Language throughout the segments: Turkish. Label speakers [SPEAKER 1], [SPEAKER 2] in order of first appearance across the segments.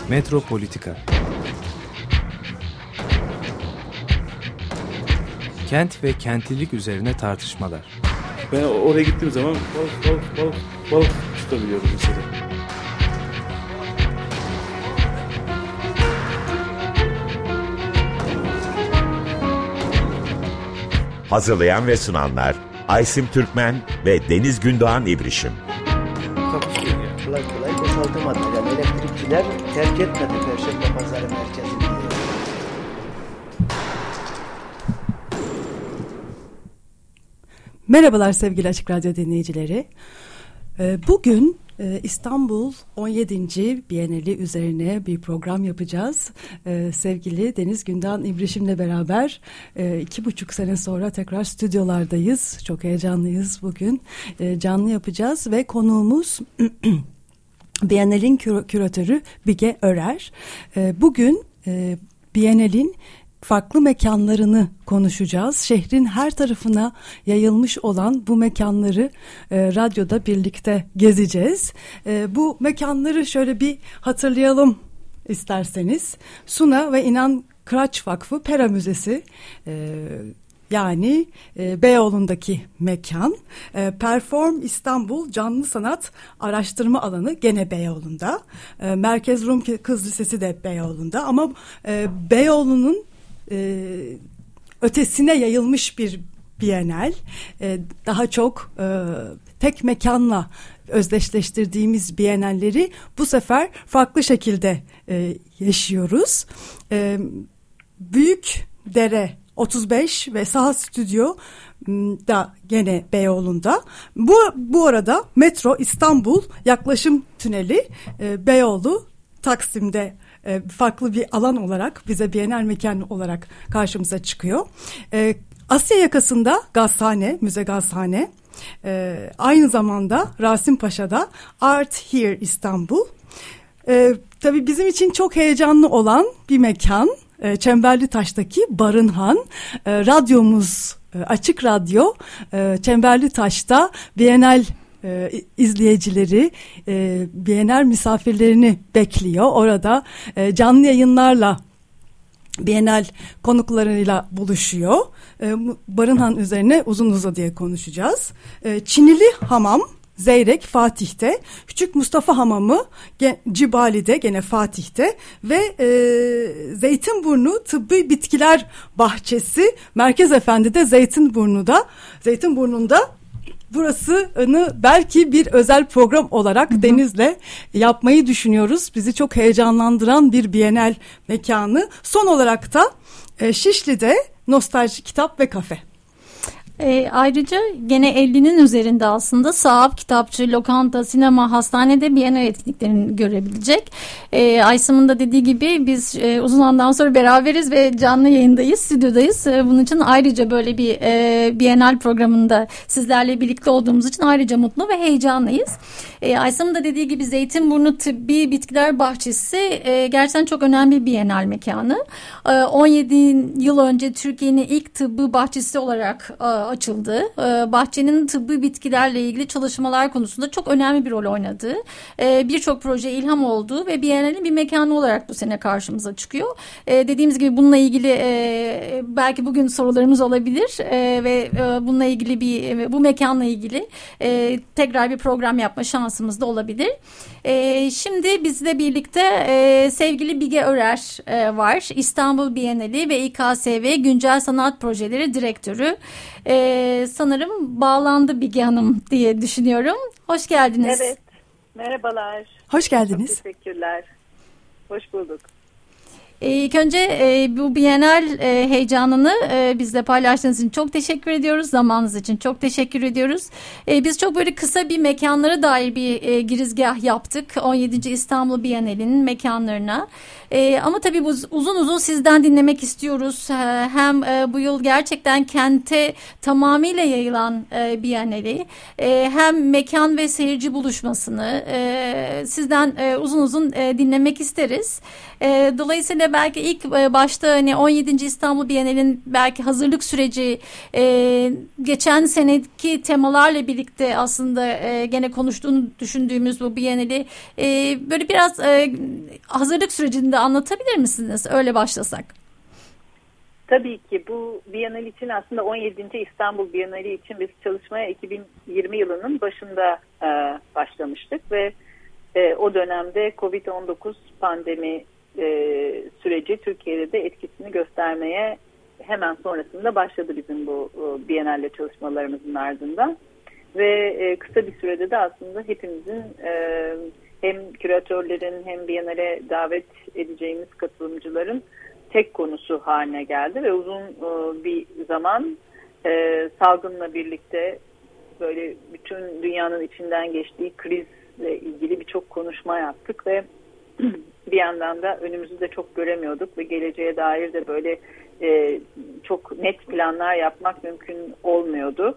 [SPEAKER 1] Metropolitika. Kent ve kentlilik üzerine tartışmalar.
[SPEAKER 2] Ben oraya gittiğim zaman balık tutabiliyorum mesela.
[SPEAKER 3] Hazırlayan ve sunanlar Aysim Türkmen ve Deniz Gündoğan İbrişim.
[SPEAKER 4] Kapışıyor. Kolay boşaltamadı. Yani elektrikçiler terk etmedi Perşembe Pazarı merkezini.
[SPEAKER 5] Merhabalar sevgili Açık Radyo dinleyicileri. Bugün İstanbul 17. Bienali üzerine bir program yapacağız. Sevgili Deniz Gündoğan İbrişim'le beraber 2,5 sene sonra tekrar stüdyolardayız. Çok heyecanlıyız bugün. Canlı yapacağız ve konuğumuz Bienal'in küratörü Bige Örer. Bugün Bienal'in farklı mekanlarını konuşacağız. Şehrin her tarafına yayılmış olan bu mekanları radyoda birlikte gezeceğiz. Bu mekanları şöyle bir hatırlayalım isterseniz. Suna ve İnan Kıraç Vakfı Pera Müzesi, yani Beyoğlu'ndaki mekan. Perform İstanbul Canlı Sanat Araştırma Alanı gene Beyoğlu'nda. Merkez Rum Kız Lisesi de Beyoğlu'nda, ama Beyoğlu'nun ötesine yayılmış bir Bienal. Daha çok tek mekanla özdeşleştirdiğimiz Bienalleri bu sefer farklı şekilde yaşıyoruz. Büyükdere 35 ve Saha Stüdyo da gene Beyoğlu'nda. Bu arada Metro İstanbul Yaklaşım Tüneli Beyoğlu Taksim'de farklı bir alan olarak bize Bienal mekanı olarak karşımıza çıkıyor. Asya yakasında Gazhane, Müze Gazhane, aynı zamanda Rasim Paşa'da Art Here İstanbul. Tabii bizim için çok heyecanlı olan bir mekan, Çemberlitaş'taki Barınhan. Radyomuz Açık Radyo Çemberlitaş'ta Bienal izleyicileri, Bienal misafirlerini bekliyor. Orada canlı yayınlarla Bienal konuklarıyla buluşuyor. Barınhan üzerine uzun uzadıya konuşacağız. Çinili Hamam Zeyrek Fatih'te, Küçük Mustafa Hamamı Cibali'de gene Fatih'te ve Zeytinburnu Tıbbi Bitkiler Bahçesi Merkez Efendi'de Zeytinburnu'nda. Burasını belki bir özel program olarak Deniz'le yapmayı düşünüyoruz. Bizi çok heyecanlandıran bir Bienal mekanı. Son olarak da Şişli'de Nostalji Kitap ve Kafe.
[SPEAKER 6] Ayrıca gene 50'nin üzerinde aslında sahaf, kitapçı, lokanta, sinema, hastanede Bienal etkinliklerini görebilecek. Aysim'in de dediği gibi biz uzun zamandan sonra beraberiz ve canlı yayındayız, stüdyodayız. Bunun için ayrıca böyle bir Bienal programında sizlerle birlikte olduğumuz için ayrıca mutlu ve heyecanlıyız. Aysim'in de dediği gibi Zeytinburnu Tıbbi Bitkiler Bahçesi gerçekten çok önemli bir Bienal mekanı. 17 yıl önce Türkiye'nin ilk tıbbi bahçesi olarak açıldı. Bahçenin tıbbi bitkilerle ilgili çalışmalar konusunda çok önemli bir rol oynadığı, birçok proje ilham olduğu ve Bienal'in bir mekanı olarak bu sene karşımıza çıkıyor. Dediğimiz gibi bununla ilgili belki bugün sorularımız olabilir ve bununla ilgili bu mekanla ilgili tekrar bir program yapma şansımız da olabilir. Şimdi bizle birlikte sevgili Bige Örer var. İstanbul Bienali ve İKSV Güncel Sanat Projeleri Direktörü. Sanırım bağlandı Bige Hanım diye düşünüyorum. Hoş geldiniz.
[SPEAKER 7] Evet. Merhabalar.
[SPEAKER 5] Hoş geldiniz.
[SPEAKER 7] Çok teşekkürler. Hoş bulduk.
[SPEAKER 6] İlk önce bu Bienal heyecanını bizle paylaştığınız için çok teşekkür ediyoruz. Zamanınız için çok teşekkür ediyoruz. Biz çok böyle kısa bir mekanlara dair bir girizgah yaptık. 17. İstanbul Bienali'nin mekanlarına. Ama tabii uzun uzun sizden dinlemek istiyoruz. Hem bu yıl gerçekten kente tamamıyla yayılan Bienali, hem mekan ve seyirci buluşmasını sizden uzun uzun dinlemek isteriz. Dolayısıyla belki ilk başta hani 17. İstanbul Bienali'nin belki hazırlık süreci geçen seneki temalarla birlikte aslında gene konuştuğunu düşündüğümüz bu Bienali böyle biraz hazırlık sürecini de anlatabilir misiniz? Öyle başlasak.
[SPEAKER 7] Tabii ki bu Bienal için aslında 17. İstanbul Bienali için biz çalışmaya 2020 yılının başında başlamıştık ve o dönemde Covid-19 pandemi süreci Türkiye'de de etkisini göstermeye hemen sonrasında başladı bizim bu Bienal'le çalışmalarımızın ardından. Ve kısa bir sürede de aslında hepimizin hem küratörlerin hem Bienal'e davet edeceğimiz katılımcıların tek konusu haline geldi ve uzun bir zaman salgınla birlikte böyle bütün dünyanın içinden geçtiği krizle ilgili birçok konuşma yaptık ve bir yandan da önümüzü de çok göremiyorduk ve geleceğe dair de böyle çok net planlar yapmak mümkün olmuyordu.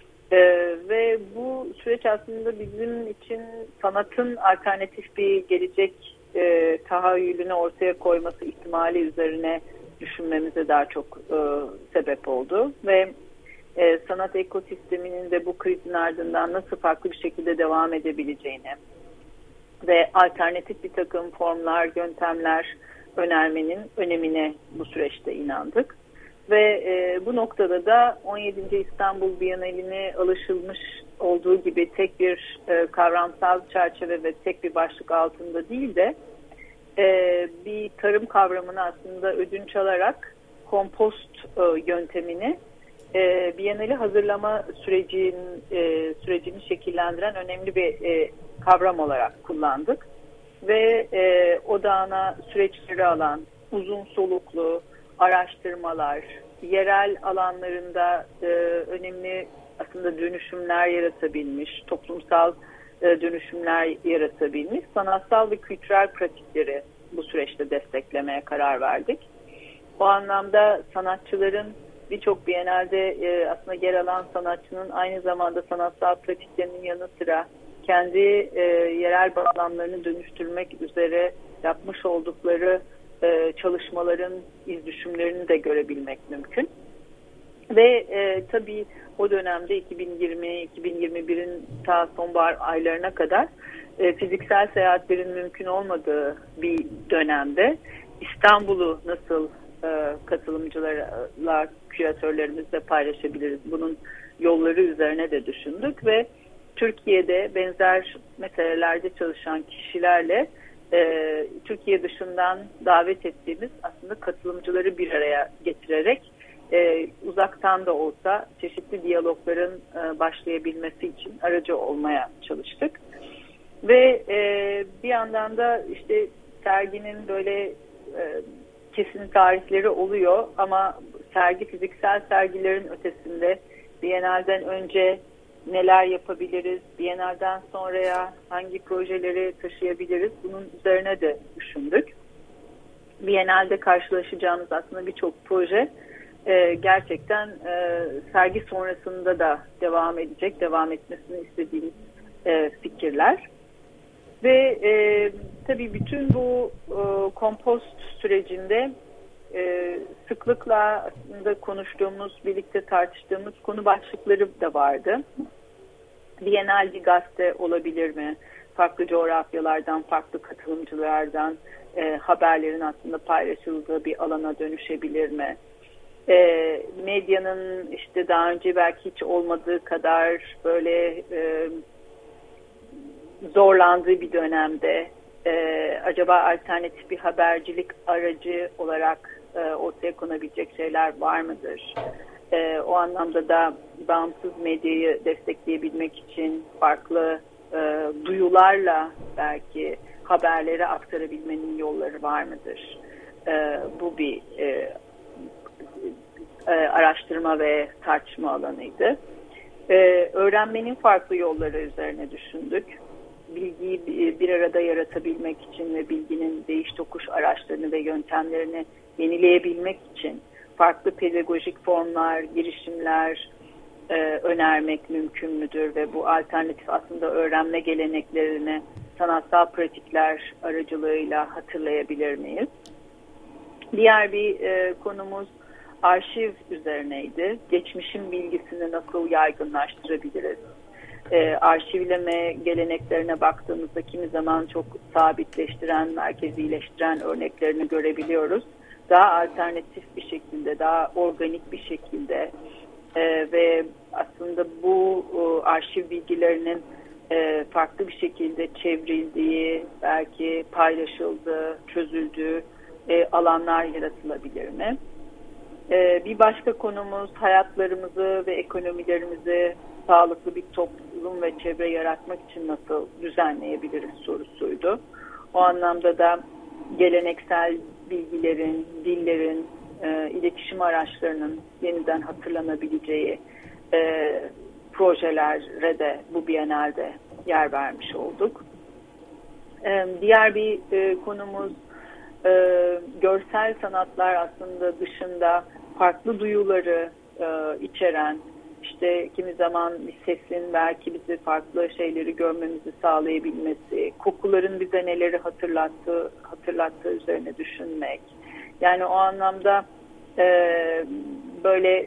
[SPEAKER 7] Ve bu süreç aslında bizim için sanatın alternatif bir gelecek tahayyülünü ortaya koyması ihtimali üzerine düşünmemize daha çok sebep oldu. Ve sanat ekosisteminin de bu krizin ardından nasıl farklı bir şekilde devam edebileceğini ve alternatif bir takım formlar, yöntemler önermenin önemine bu süreçte inandık. Ve bu noktada da 17. İstanbul Bienalini alışılmış olduğu gibi tek bir kavramsal çerçeve ve tek bir başlık altında değil de bir tarım kavramını aslında ödünç alarak kompost yöntemini Bienali hazırlama sürecini şekillendiren önemli bir kavram olarak kullandık. Ve odağına süreçleri alan, uzun soluklu araştırmalar, yerel alanlarında önemli aslında dönüşümler yaratabilmiş, toplumsal dönüşümler yaratabilmiş, sanatsal ve kültürel pratikleri bu süreçte desteklemeye karar verdik. O anlamda sanatçıların birçok Bienal'de aslında yer alan sanatçının aynı zamanda sanatsal pratiklerinin yanı sıra kendi yerel bağlamlarını dönüştürmek üzere yapmış oldukları çalışmaların iz-düşümlerini de görebilmek mümkün. Ve tabii o dönemde 2020-2021'in ta sonbahar aylarına kadar fiziksel seyahatlerin mümkün olmadığı bir dönemde İstanbul'u nasıl katılımcılarla, küratörlerimizle paylaşabiliriz? Bunun yolları üzerine de düşündük ve Türkiye'de benzer meselelerde çalışan kişilerle Türkiye dışından davet ettiğimiz aslında katılımcıları bir araya getirerek uzaktan da olsa çeşitli diyalogların başlayabilmesi için aracı olmaya çalıştık. Ve bir yandan da işte serginin böyle kesin tarihleri oluyor ama sergi fiziksel sergilerin ötesinde Bienal'den önce neler yapabiliriz, Bienal'den sonraya hangi projeleri taşıyabiliriz, bunun üzerine de düşündük. Bienal'de karşılaşacağımız aslında birçok proje gerçekten sergi sonrasında da devam edecek, devam etmesini istediğimiz fikirler. Ve tabii bütün bu kompost sürecinde sıklıkla aslında konuştuğumuz, birlikte tartıştığımız konu başlıkları da vardı. Bienal bir gazete olabilir mi? Farklı coğrafyalardan, farklı katılımcılardan haberlerin aslında paylaşıldığı bir alana dönüşebilir mi? Medyanın işte daha önce belki hiç olmadığı kadar böyle zorlandığı bir dönemde acaba alternatif bir habercilik aracı olarak ortaya konabilecek şeyler var mıdır? O anlamda da bağımsız medyayı destekleyebilmek için farklı duyularla belki haberleri aktarabilmenin yolları var mıdır? Bu bir araştırma ve tartışma alanıydı. Öğrenmenin farklı yolları üzerine düşündük. bilgiyi bir arada yaratabilmek için ve bilginin değiş tokuş araçlarını ve yöntemlerini yenileyebilmek için farklı pedagojik formlar, girişimler önermek mümkün müdür ve bu alternatif aslında öğrenme geleneklerini sanatsal pratikler aracılığıyla hatırlayabilir miyiz? Diğer bir konumuz arşiv üzerineydi. Geçmişin bilgisini nasıl yaygınlaştırabiliriz? Arşivleme geleneklerine baktığımızda kimi zaman çok sabitleştiren, merkezileştiren örneklerini görebiliyoruz. Daha alternatif bir şekilde, daha organik bir şekilde ve aslında bu arşiv bilgilerinin farklı bir şekilde çevrildiği, belki paylaşıldığı, çözüldüğü alanlar yaratılabilir mi? Bir başka konumuz hayatlarımızı ve ekonomilerimizi sağlıklı bir toplum ve çevre yaratmak için nasıl düzenleyebiliriz sorusuydu. O anlamda da geleneksel bilgilerin, dillerin, iletişim araçlarının yeniden hatırlanabileceği projelere de bu Biennale'de yer vermiş olduk. Diğer bir konumuz görsel sanatlar aslında dışında farklı duyuları içeren, işte kimi zaman bir sesin belki bizi farklı şeyleri görmemizi sağlayabilmesi, kokuların bize neleri hatırlattığı üzerine düşünmek. Yani o anlamda böyle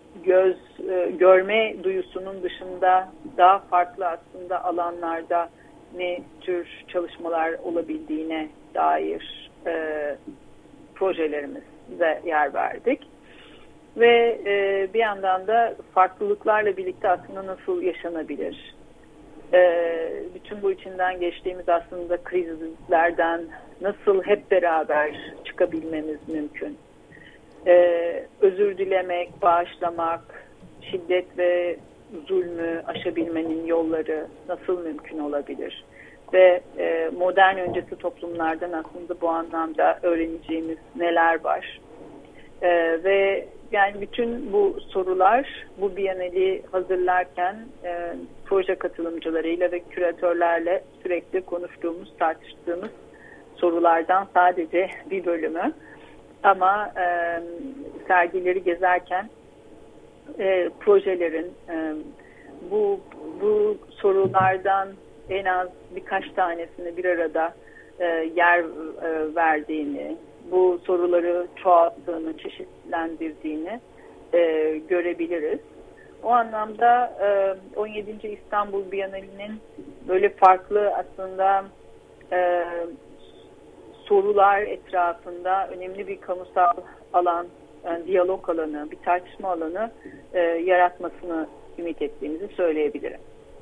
[SPEAKER 7] görme duyusunun dışında daha farklı aslında alanlarda ne tür çalışmalar olabildiğine dair projelerimize yer verdik. Ve bir yandan da farklılıklarla birlikte aslında nasıl yaşanabilir? Bütün bu içinden geçtiğimiz aslında krizlerden nasıl hep beraber çıkabilmemiz mümkün? Özür dilemek, bağışlamak, şiddet ve zulmü aşabilmenin yolları nasıl mümkün olabilir? Ve modern öncesi toplumlardan aslında bu anlamda öğreneceğimiz neler var? Ve yani bütün bu sorular bu Biennale'i hazırlarken proje katılımcılarıyla ve küratörlerle sürekli konuştuğumuz, tartıştığımız sorulardan sadece bir bölümü. Ama sergileri gezerken projelerin bu sorulardan en az birkaç tanesini bir arada yer verdiğini, bu soruları çoğalttığını, çeşitlendirdiğini görebiliriz. O anlamda 17. İstanbul Biennale'nin böyle farklı aslında sorular etrafında önemli bir kamusal alan, yani diyalog alanı, bir tartışma alanı yaratmasını ümit ettiğimizi söyleyebilirim.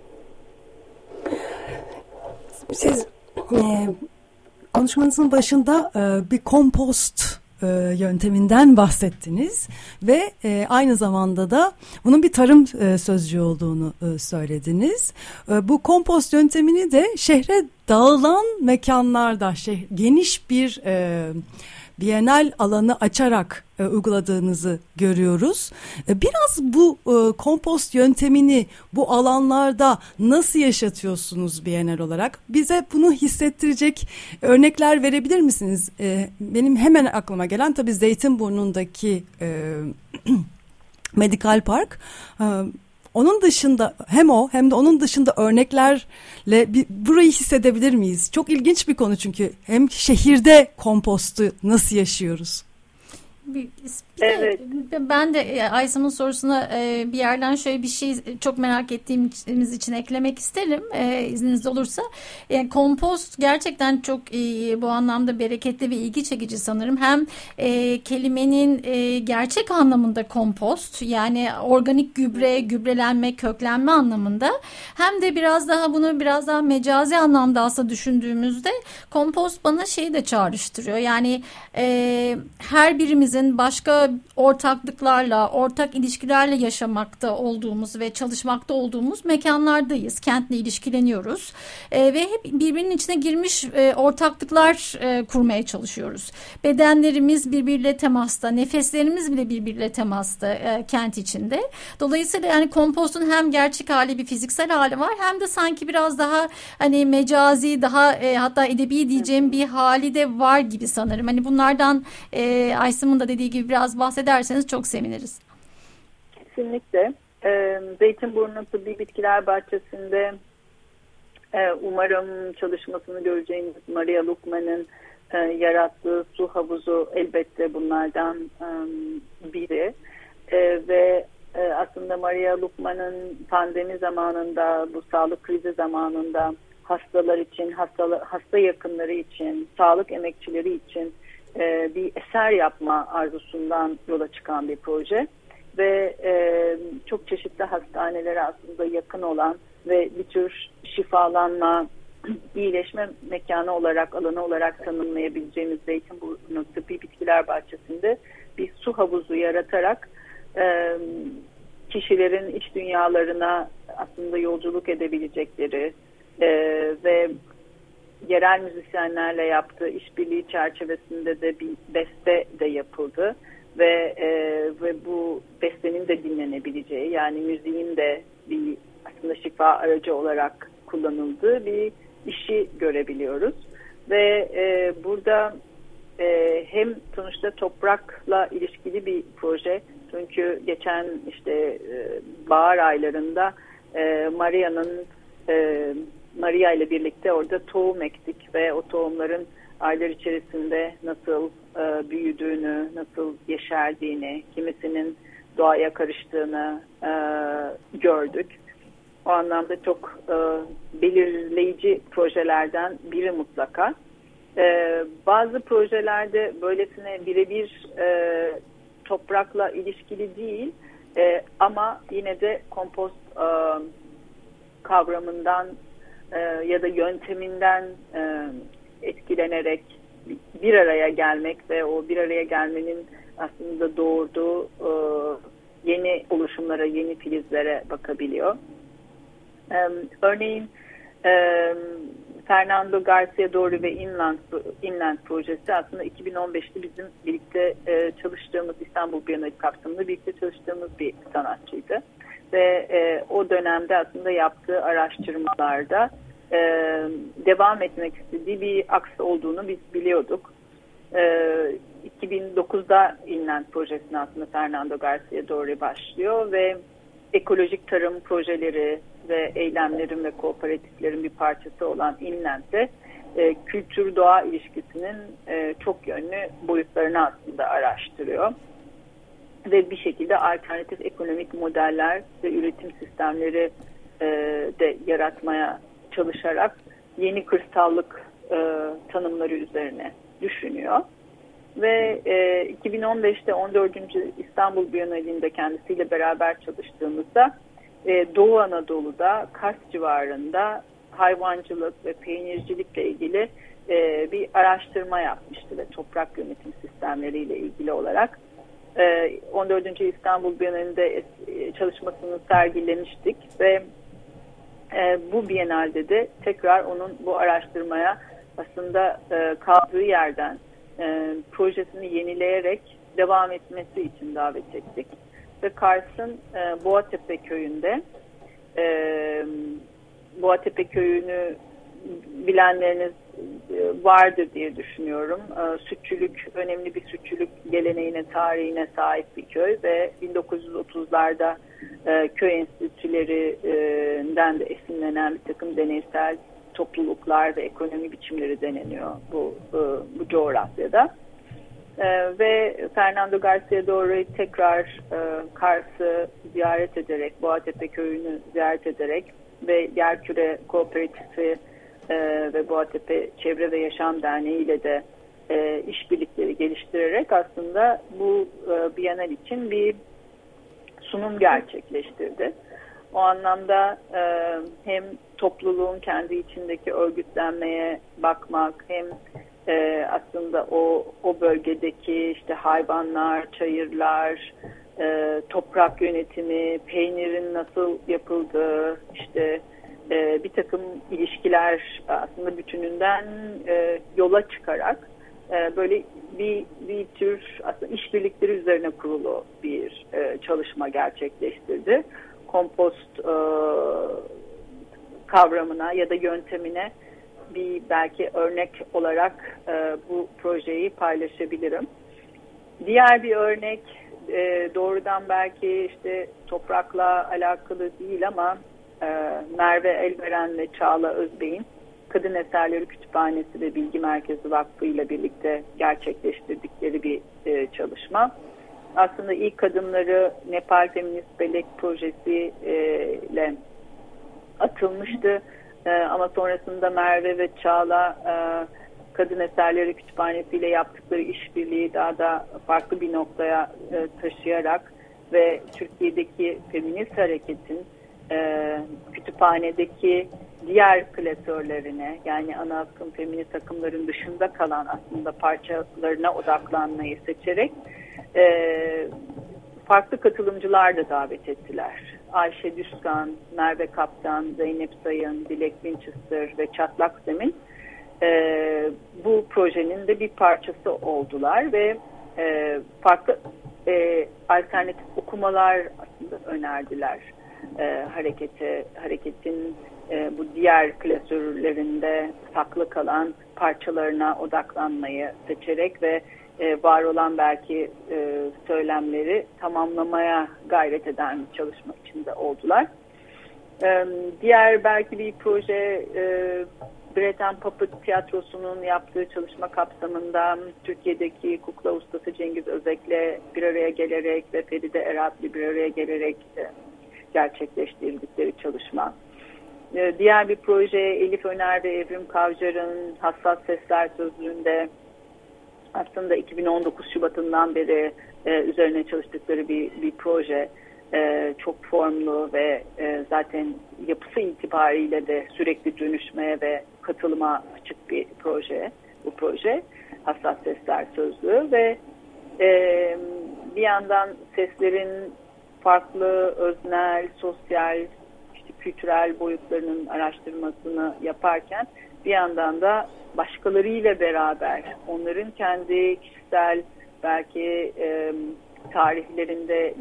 [SPEAKER 5] Siz konuşmanızın başında bir kompost yönteminden bahsettiniz ve aynı zamanda da bunun bir tarım sözcüğü olduğunu söylediniz. Bu kompost yöntemini de şehre dağılan mekanlarda geniş bir Bienal alanı açarak uyguladığınızı görüyoruz. Biraz bu kompost yöntemini bu alanlarda nasıl yaşatıyorsunuz Bienal olarak? Bize bunu hissettirecek örnekler verebilir misiniz? Benim hemen aklıma gelen tabii Zeytinburnu'ndaki Medikal Park. Onun dışında hem o hem de onun dışında örneklerle burayı hissedebilir miyiz? Çok ilginç bir konu çünkü hem şehirde kompostu nasıl yaşıyoruz?
[SPEAKER 7] Evet.
[SPEAKER 6] Ben de Aysim'in sorusuna bir yerden şöyle bir şey çok merak ettiğimiz için eklemek isterim izniniz olursa. Yani kompost gerçekten çok bu anlamda bereketli ve ilgi çekici sanırım. Hem kelimenin gerçek anlamında kompost, yani organik gübrelenme, köklenme anlamında, hem de biraz daha mecazi anlamda aslında düşündüğümüzde kompost bana şeyi de çağrıştırıyor. Yani her birimizin başka sonuçta ortaklıklarla, ortak ilişkilerle yaşamakta olduğumuz ve çalışmakta olduğumuz mekanlardayız. Kentle ilişkileniyoruz ve hep birbirinin içine girmiş ortaklıklar kurmaya çalışıyoruz. Bedenlerimiz birbiriyle temasta, nefeslerimiz bile birbiriyle temasta kent içinde. Dolayısıyla yani kompostun hem gerçek hali, bir fiziksel hali var, hem de sanki biraz daha hani mecazi, daha hatta edebi diyeceğim bir hali de var gibi sanırım. Hani bunlardan Aysim'in de dediği gibi biraz bahsederseniz çok seviniriz.
[SPEAKER 7] Kesinlikle. Zeytinburnu Tıbbi Bitkiler Bahçesi'nde umarım çalışmasını göreceğimiz Maria Luckmann'ın yarattığı su havuzu elbette bunlardan biri. Ve aslında Maria Luckmann'ın pandemi zamanında, bu sağlık krizi zamanında hastalar için, hasta yakınları için, sağlık emekçileri için bir eser yapma arzusundan yola çıkan bir proje. Ve çok çeşitli hastanelere aslında yakın olan ve bir tür şifalanma, iyileşme mekanı olarak, alanı olarak tanımlayabileceğimiz Zeytinburnu Tıbbi Bitkiler Bahçesi'nde bir su havuzu yaratarak kişilerin iç dünyalarına aslında yolculuk edebilecekleri ve yerel müzisyenlerle yaptığı işbirliği çerçevesinde de bir beste de yapıldı ve bu bestenin de dinlenebileceği, yani müziğin de bir aslında şifa aracı olarak kullanıldığı bir işi görebiliyoruz ve burada hem sonuçta toprakla ilişkili bir proje, çünkü geçen işte bahar aylarında Maria ile birlikte orada tohum ektik ve o tohumların aylar içerisinde nasıl büyüdüğünü, nasıl yeşerdiğini, kimisinin doğaya karıştığını gördük. O anlamda çok belirleyici projelerden biri mutlaka. Bazı projelerde böylesine birebir toprakla ilişkili değil ama yine de kompost kavramından ya da yönteminden etkilenerek bir araya gelmek ve o bir araya gelmenin aslında doğurduğu yeni oluşumlara, yeni filizlere bakabiliyor. Örneğin Fernando Garcia Dorri ve Inland projesi aslında 2015'te bizim birlikte çalıştığımız, İstanbul Bienali kapsamında birlikte çalıştığımız bir sanatçıydı. Ve o dönemde aslında yaptığı araştırmalarda devam etmek istediği bir aks olduğunu biz biliyorduk. 2009'da Inland projesine aslında Fernando Garcia Dorri başlıyor ve ekolojik tarım projeleri ve eylemlerin ve kooperatiflerin bir parçası olan Inland'de kültür-doğa ilişkisinin çok yönlü boyutlarını aslında araştırıyor. Ve bir şekilde alternatif ekonomik modeller ve üretim sistemleri de yaratmaya çalışarak yeni kırsallık tanımları üzerine düşünüyor. Ve 2015'te 14. İstanbul Bienali'nde kendisiyle beraber çalıştığımızda Doğu Anadolu'da, Kars civarında hayvancılık ve peynircilikle ilgili bir araştırma yapmıştı ve toprak yönetim sistemleriyle ilgili olarak. 14. İstanbul Bienali'nde çalışmasını sergilemiştik ve bu Bienal'de de tekrar onun bu araştırmaya aslında kaldığı yerden projesini yenileyerek devam etmesi için davet ettik. Ve Kars'ın Boğatepe köyünde, Boğatepe köyünü bilenleriniz vardır diye düşünüyorum. Sütçülük, önemli bir sütçülük geleneğine, tarihine sahip bir köy ve 1930'larda köy enstitülerinden de esinlenen bir takım deneysel topluluklar ve ekonomi biçimleri deneniyor bu coğrafyada. Ve Fernando Garcia Dorri tekrar Kars'ı ziyaret ederek, Boğatepe köyünü ziyaret ederek ve Yerküre Kooperatifi ve Boğatepe Çevre ve Yaşam Derneği ile de işbirlikleri geliştirerek aslında bu Bienal için bir sunum gerçekleştirdi. O anlamda hem topluluğun kendi içindeki örgütlenmeye bakmak, hem aslında o bölgedeki işte hayvanlar, çayırlar, toprak yönetimi, peynirin nasıl yapıldığı, işte bir takım ilişkiler aslında bütününden yola çıkarak böyle bir tür aslında işbirlikleri üzerine kurulu bir çalışma gerçekleştirdi. Kompost kavramına ya da yöntemine bir belki örnek olarak bu projeyi paylaşabilirim. Diğer bir örnek doğrudan belki işte toprakla alakalı değil ama Merve Elveren ve Çağla Özbey'in Kadın Eserleri Kütüphanesi ve Bilgi Merkezi Vakfı ile birlikte gerçekleştirdikleri bir çalışma. Aslında ilk adımları Nepal Feminist Bellek Projesi ile atılmıştı. Ama sonrasında Merve ve Çağla Kadın Eserleri Kütüphanesi ile yaptıkları işbirliği daha da farklı bir noktaya taşıyarak ve Türkiye'deki feminist hareketin kütüphanedeki diğer klasörlerine, yani ana akım feminist akımların dışında kalan aslında parçalarına odaklanmayı seçerek farklı katılımcılar da davet ettiler. Ayşe Düzkan, Merve Kaptan, Zeynep Sayın, Dilek Winchester ve Çatlak Zemin bu projenin de bir parçası oldular ve farklı alternatif okumalar aslında önerdiler hareketin bu diğer klasörlerinde saklı kalan parçalarına odaklanmayı seçerek ve var olan belki söylemleri tamamlamaya gayret eden bir çalışma içinde oldular. Diğer belki bir proje Bread and Puppet Tiyatrosu'nun yaptığı çalışma kapsamında Türkiye'deki kukla ustası Cengiz Özek'le bir araya gelerek ve Feride Erap'le bir araya gelerek gerçekleştirdikleri çalışma. Diğer bir proje Elif Öner ve Evrim Kavcar'ın Hassas Sesler Sözlüğü'nde aslında 2019 Şubat'ından beri üzerine çalıştıkları bir proje. Çok formlu ve zaten yapısı itibariyle de sürekli dönüşmeye ve katılıma açık bir proje. Bu proje Hassas Sesler Sözlüğü ve bir yandan seslerin farklı öznel, sosyal, işte kültürel boyutlarının araştırmasını yaparken bir yandan da başkalarıyla beraber onların kendi kişisel belki tarihlerinde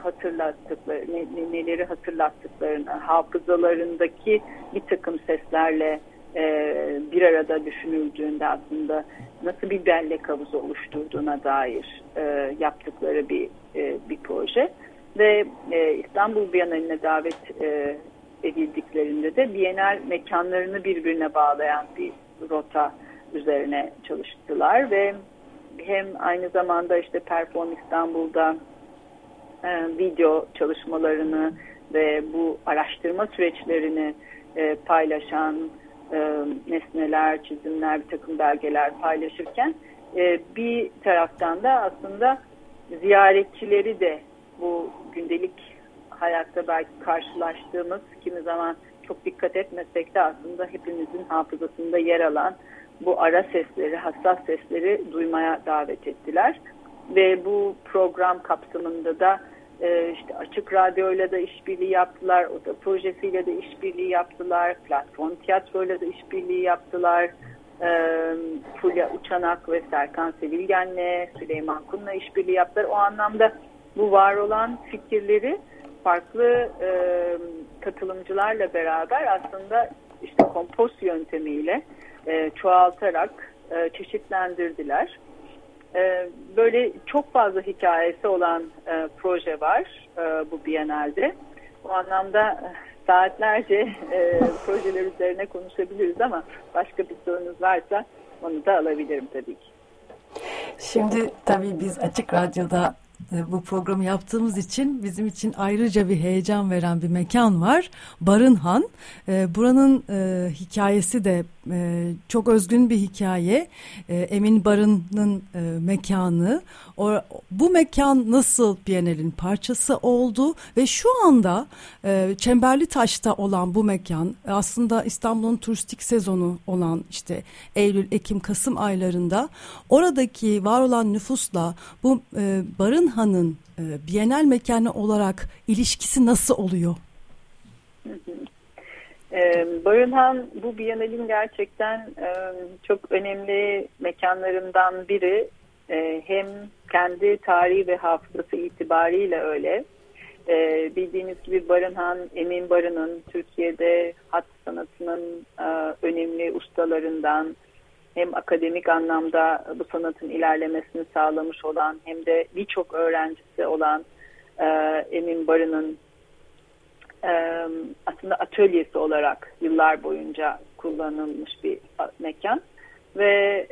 [SPEAKER 7] neleri hatırlattıklarını, hafızalarındaki bir takım seslerle bir arada düşünüldüğünde aslında nasıl bir bellek havuzu oluşturduğuna dair yaptıkları bir proje. Ve İstanbul Bienali'ne davet edildiklerinde de Bienal mekanlarını birbirine bağlayan bir rota üzerine çalıştılar ve hem aynı zamanda işte Perform İstanbul'da video çalışmalarını ve bu araştırma süreçlerini paylaşan nesneler, çizimler, bir takım belgeler paylaşırken bir taraftan da aslında ziyaretçileri de bu gündelik hayatta belki karşılaştığımız, kimi zaman çok dikkat etmesek de aslında hepimizin hafızasında yer alan bu ara sesleri, hassas sesleri duymaya davet ettiler. Ve bu program kapsamında da işte Açık Radyo'yla da işbirliği yaptılar, Oda Projesi'yle de işbirliği yaptılar, Platform Tiyatro'yla da işbirliği yaptılar, Fulya Uçanak ve Serkan Sevilgen'le, Süleyman Kun'la işbirliği yaptılar. O anlamda bu var olan fikirleri farklı katılımcılarla beraber aslında işte kompost yöntemiyle çoğaltarak çeşitlendirdiler. Böyle çok fazla hikayesi olan proje var bu Bienal'de. O anlamda saatlerce projeler üzerine konuşabiliriz ama başka bir sorunuz varsa onu da alabilirim tabii ki.
[SPEAKER 5] Şimdi tabii biz Açık Radyo'da bu programı yaptığımız için bizim için ayrıca bir heyecan veren bir mekan var. Barınhan. Buranın hikayesi de çok özgün bir hikaye. Emin Barın'ın mekanı. bu mekan nasıl Bienal'in parçası oldu ve şu anda Çemberlitaş'ta olan bu mekan aslında İstanbul'un turistik sezonu olan işte Eylül, Ekim, Kasım aylarında oradaki var olan nüfusla bu Barınhan'ın Bienal mekanı olarak ilişkisi nasıl oluyor?
[SPEAKER 7] Barınhan bu Bienal'in gerçekten çok önemli mekanlarından biri. Hem kendi tarihi ve hafızası itibariyle öyle. Bildiğiniz gibi Barınhan, Emin Barın'ın Türkiye'de hat sanatının önemli ustalarından, hem akademik anlamda bu sanatın ilerlemesini sağlamış olan hem de birçok öğrencisi olan Emin Barın'ın aslında atölyesi olarak yıllar boyunca kullanılmış bir mekan ve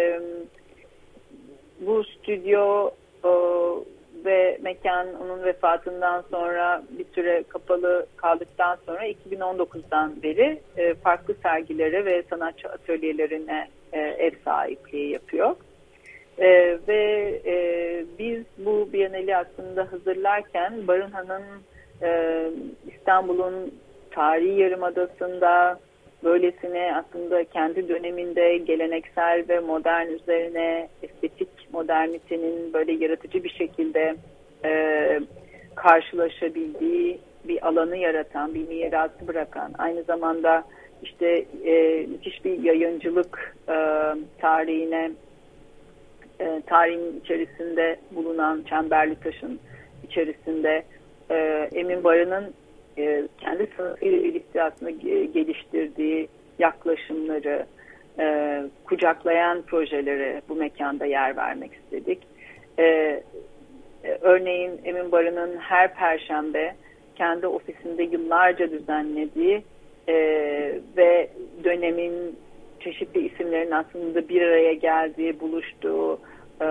[SPEAKER 7] bu stüdyo ve mekan onun vefatından sonra bir süre kapalı kaldıktan sonra 2019'dan beri farklı sergilere ve sanatçı atölyelerine ev sahipliği yapıyor. Ve biz bu Bienali aslında hazırlarken Barınhan'ın İstanbul'un tarihi yarımadasında böylesine aslında kendi döneminde geleneksel ve modern üzerine estetik modernitenin böyle yaratıcı bir şekilde karşılaşabildiği bir alanı yaratan, bir mirası bırakan, aynı zamanda işte müthiş bir yayıncılık tarihin içerisinde bulunan Çemberlitaş'ın içerisinde Emin Barın'ın kendi sanatıyla birlikte aslında geliştirdiği yaklaşımları, kucaklayan projelere bu mekanda yer vermek istedik. Örneğin Emin Barın'ın her Perşembe kendi ofisinde yıllarca düzenlediği ve dönemin çeşitli isimlerin aslında bir araya geldiği, buluştuğu,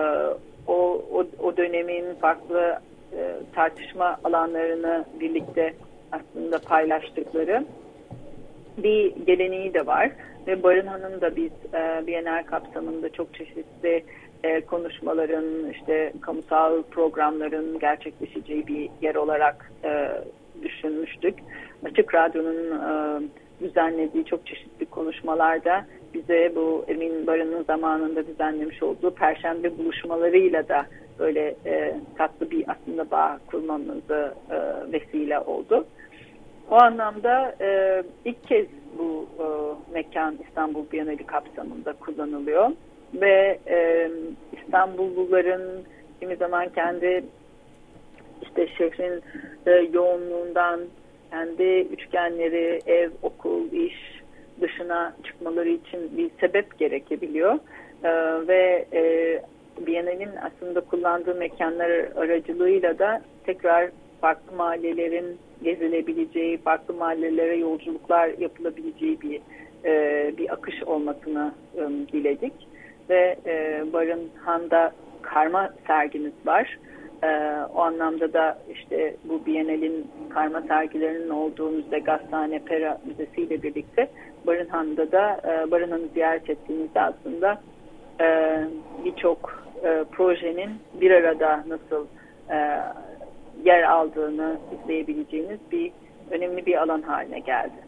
[SPEAKER 7] o dönemin farklı tartışma alanlarını birlikte aslında paylaştıkları bir geleneği de var ve Barınhan'ın da biz Bienal kapsamında çok çeşitli konuşmaların, işte kamusal programların gerçekleşeceği bir yer olarak düşünmüştük. Açık Radyo'nun düzenlediği çok çeşitli konuşmalarda bize bu Emin Barın'ın zamanında düzenlemiş olduğu Perşembe buluşmalarıyla da böyle tatlı bir aslında bağ kurmamızı vesile oldu. O anlamda ilk kez bu mekan İstanbul Bienali kapsamında kullanılıyor ve İstanbulluların kimi zaman kendi işte şehrin yoğunluğundan kendi üçgenleri, ev, okul, iş dışına çıkmaları için bir sebep gerekebiliyor ve Bienal'in aslında kullandığı mekanlar aracılığıyla da tekrar farklı mahallelerin gezilebileceği, farklı mahallelere yolculuklar yapılabileceği bir akış olmasını diledik. Ve Barınhan'da karma sergimiz var. O anlamda da işte bu Bienal'in karma sergilerinin olduğu müze Gastane Pera Müzesi ile birlikte Barınhan'da da Barınhan'ı ziyaret ettiğimizde aslında birçok projenin bir arada nasıl yer aldığını izleyebileceğiniz önemli bir alan haline geldi.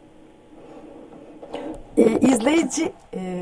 [SPEAKER 5] İzleyici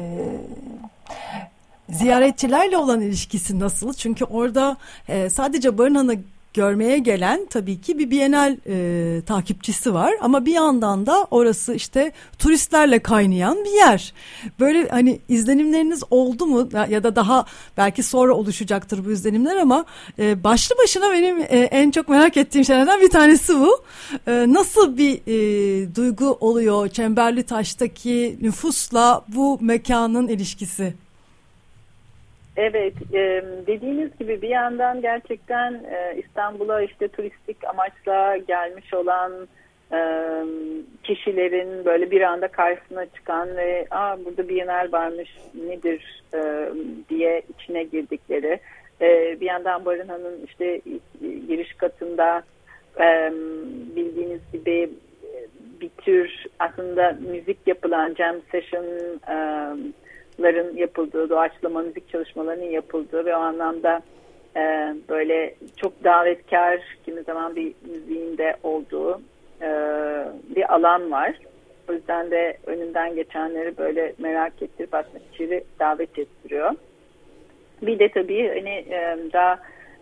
[SPEAKER 5] ziyaretçilerle olan ilişkisi nasıl? Çünkü orada sadece Barınhan'ı görmeye gelen tabii ki bir Bienal takipçisi var ama bir yandan da orası işte turistlerle kaynayan bir yer. Böyle hani izlenimleriniz oldu mu ya da daha belki sonra oluşacaktır bu izlenimler ama başlı başına benim en çok merak ettiğim şeylerden bir tanesi bu. Nasıl bir duygu oluyor Çemberlitaş'taki nüfusla bu mekanın ilişkisi?
[SPEAKER 7] Evet, dediğiniz gibi bir yandan gerçekten İstanbul'a işte turistik amaçla gelmiş olan kişilerin böyle bir anda karşısına çıkan ve burada Bienal varmış nedir diye içine girdikleri, bir yandan Barınhan'ın işte giriş katında bildiğiniz gibi bir tür aslında müzik yapılan jam session'ların yapıldığı, doğaçlama müzik çalışmalarının yapıldığı ve o anlamda böyle çok davetkar, kimi zaman bir müziğinde olduğu bir alan var. O yüzden de önünden geçenleri böyle merak ettirip aslında içeri davet ettiriyor. Bir de tabii hani daha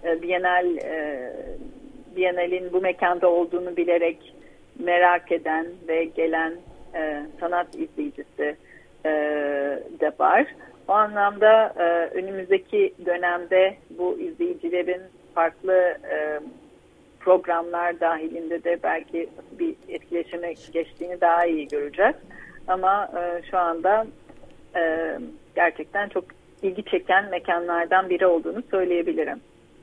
[SPEAKER 7] Bienal'in bu mekanda olduğunu bilerek merak eden ve gelen sanat izleyicisi de var. O anlamda önümüzdeki dönemde bu izleyicilerin farklı programlar dahilinde de belki bir etkileşime geçtiğini daha iyi göreceğiz. Ama şu anda gerçekten çok ilgi çeken mekanlardan biri olduğunu söyleyebilirim.